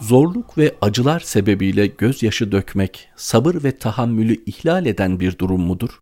Zorluk ve acılar sebebiyle gözyaşı dökmek, sabır ve tahammülü ihlal eden bir durum mudur?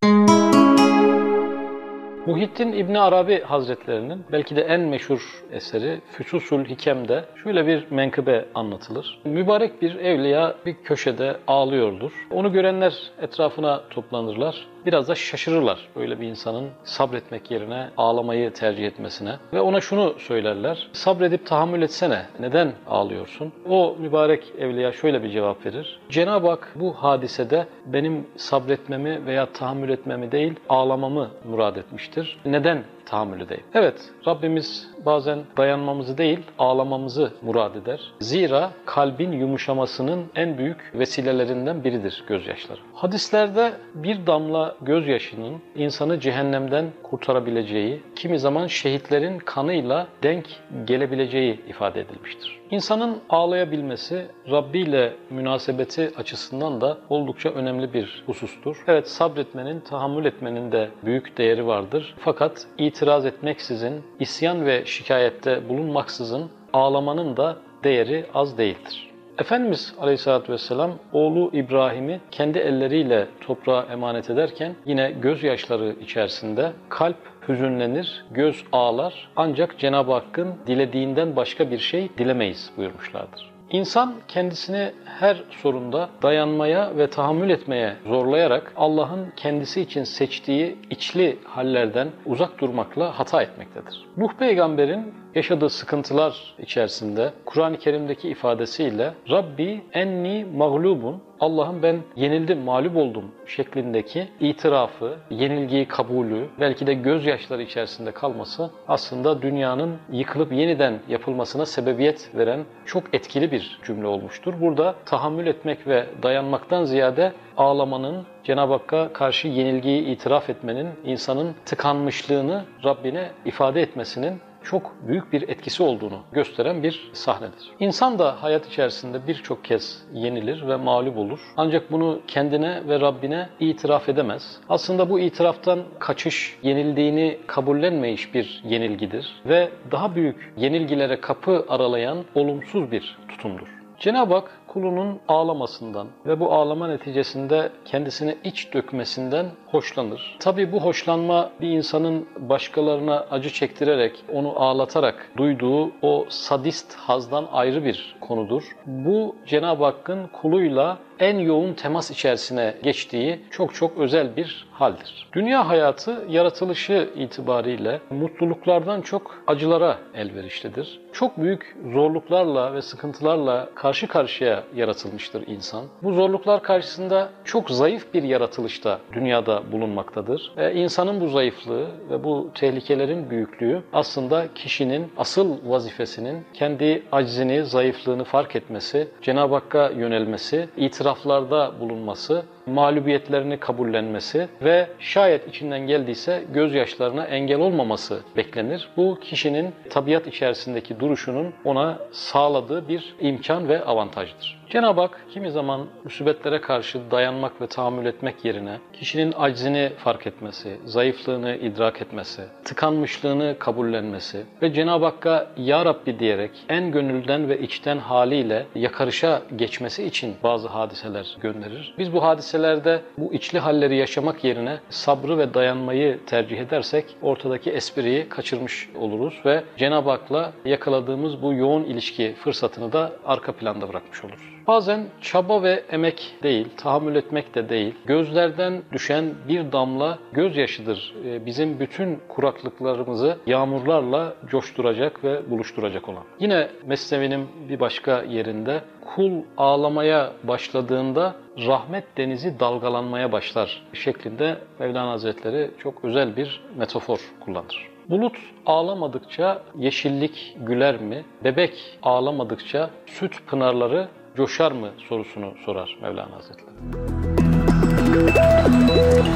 Muhyiddin İbn Arabi Hazretlerinin belki de en meşhur eseri Füsusül Hikem'de şöyle bir menkıbe anlatılır. Mübarek bir evliya bir köşede ağlıyordur. Onu görenler etrafına toplanırlar. Biraz da şaşırırlar böyle bir insanın sabretmek yerine ağlamayı tercih etmesine. Ve ona şunu söylerler: sabredip tahammül etsene, neden ağlıyorsun? O mübarek evliya şöyle bir cevap verir: Cenab-ı Hak bu hadisede benim sabretmemi veya tahammül etmemi değil, ağlamamı murad etmiştir. Neden tahammül edeyim? Evet, Rabbimiz bazen dayanmamızı değil, ağlamamızı murad eder. Zira kalbin yumuşamasının en büyük vesilelerinden biridir gözyaşları. Hadislerde bir damla gözyaşının insanı cehennemden kurtarabileceği, kimi zaman şehitlerin kanıyla denk gelebileceği ifade edilmiştir. İnsanın ağlayabilmesi, Rabbi ile münasebeti açısından da oldukça önemli bir husustur. Evet, sabretmenin, tahammül etmenin de büyük değeri vardır. Fakat itiraz etmeksizin, isyan ve şikayette bulunmaksızın ağlamanın da değeri az değildir. Efendimiz Aleyhisselatü Vesselam oğlu İbrahim'i kendi elleriyle toprağa emanet ederken yine gözyaşları içerisinde kalp hüzünlenir, göz ağlar ancak Cenab-ı Hakk'ın dilediğinden başka bir şey dilemeyiz buyurmuşlardır. İnsan kendisini her sorunda dayanmaya ve tahammül etmeye zorlayarak Allah'ın kendisi için seçtiği içli hallerden uzak durmakla hata etmektedir. Nuh peygamberin yaşadığı sıkıntılar içerisinde Kur'an-ı Kerim'deki ifadesiyle Rabbi enni mağlubun, Allah'ım ben yenildim, mağlup oldum şeklindeki itirafı, yenilgiyi kabulü, belki de gözyaşları içerisinde kalması aslında dünyanın yıkılıp yeniden yapılmasına sebebiyet veren çok etkili bir cümle olmuştur. Burada tahammül etmek ve dayanmaktan ziyade ağlamanın, Cenab-ı Hakk'a karşı yenilgiyi itiraf etmenin, insanın tıkanmışlığını Rabbine ifade etmesinin çok büyük bir etkisi olduğunu gösteren bir sahnedir. İnsan da hayat içerisinde birçok kez yenilir ve mağlup olur. Ancak bunu kendine ve Rabbine itiraf edemez. Aslında bu itiraftan kaçış, yenildiğini kabullenmeyiş bir yenilgidir ve daha büyük yenilgilere kapı aralayan olumsuz bir tutumdur. Cenab-ı Hak kulunun ağlamasından ve bu ağlama neticesinde kendisine iç dökmesinden hoşlanır. Tabii bu hoşlanma bir insanın başkalarına acı çektirerek, onu ağlatarak duyduğu o sadist hazdan ayrı bir konudur. Bu Cenab-ı Hakk'ın kuluyla en yoğun temas içerisine geçtiği çok özel bir haldir. Dünya hayatı yaratılışı itibariyle mutluluklardan çok acılara elverişlidir. Çok büyük zorluklarla ve sıkıntılarla karşı karşıya yaratılmıştır insan. Bu zorluklar karşısında çok zayıf bir yaratılışta dünyada bulunmaktadır. İnsanın bu zayıflığı ve bu tehlikelerin büyüklüğü aslında kişinin asıl vazifesinin kendi aczini, zayıflığını fark etmesi, Cenab-ı Hakk'a yönelmesi, itiraflarda bulunması, mağlubiyetlerini kabullenmesi ve şayet içinden geldiyse gözyaşlarına engel olmaması beklenir. Bu kişinin tabiat içerisindeki duruşunun ona sağladığı bir imkan ve avantajdır. Cenab-ı Hak kimi zaman musibetlere karşı dayanmak ve tahammül etmek yerine kişinin aczini fark etmesi, zayıflığını idrak etmesi, tıkanmışlığını kabullenmesi ve Cenab-ı Hakk'a Ya Rabbi diyerek en gönülden ve içten haliyle yakarışa geçmesi için bazı hadiseler gönderir. Biz bu hadiselerde bu içli halleri yaşamak yerine sabrı ve dayanmayı tercih edersek ortadaki espriyi kaçırmış oluruz ve Cenab-ı Hak'la yakaladığımız bu yoğun ilişki fırsatını da arka planda bırakmış oluruz. Bazen çaba ve emek değil, tahammül etmek de değil, gözlerden düşen bir damla gözyaşıdır bizim bütün kuraklıklarımızı yağmurlarla coşturacak ve buluşturacak olan. Yine Mesnevi'nin bir başka yerinde kul ağlamaya başladığında rahmet denizi dalgalanmaya başlar şeklinde Mevlana Hazretleri çok özel bir metafor kullanır. Bulut ağlamadıkça yeşillik güler mi? Bebek ağlamadıkça süt pınarları coşar mı sorusunu sorar Mevlana Hazretleri.